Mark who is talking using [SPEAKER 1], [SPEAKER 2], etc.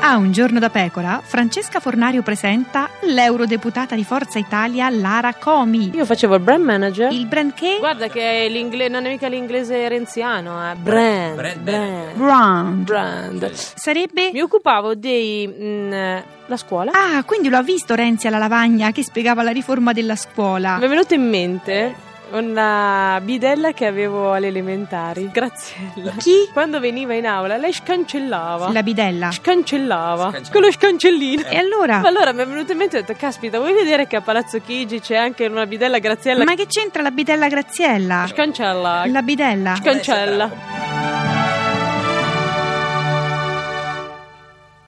[SPEAKER 1] A Un giorno da pecora, Francesca Fornario presenta l'eurodeputata di Forza Italia Lara Comi.
[SPEAKER 2] Io facevo il brand manager.
[SPEAKER 1] Il brand che?
[SPEAKER 2] Guarda che l'inglese non è mica l'inglese renziano, Brand.
[SPEAKER 1] Sarebbe?
[SPEAKER 2] Mi occupavo la scuola.
[SPEAKER 1] Ah, quindi lo ha visto Renzi alla lavagna che spiegava la riforma della scuola.
[SPEAKER 2] Mi è venuto in mente una bidella che avevo alle elementari, Graziella.
[SPEAKER 1] Chi?
[SPEAKER 2] Quando veniva in aula lei scancellava.
[SPEAKER 1] La bidella.
[SPEAKER 2] Scancellava. Con lo scancellino.
[SPEAKER 1] E allora?
[SPEAKER 2] Allora mi è venuto in mente e ho detto, caspita, vuoi vedere che a Palazzo Chigi c'è anche una bidella Graziella?
[SPEAKER 1] Ma che c'entra la bidella Graziella?
[SPEAKER 2] Scancella.
[SPEAKER 1] La bidella.
[SPEAKER 2] Scancella.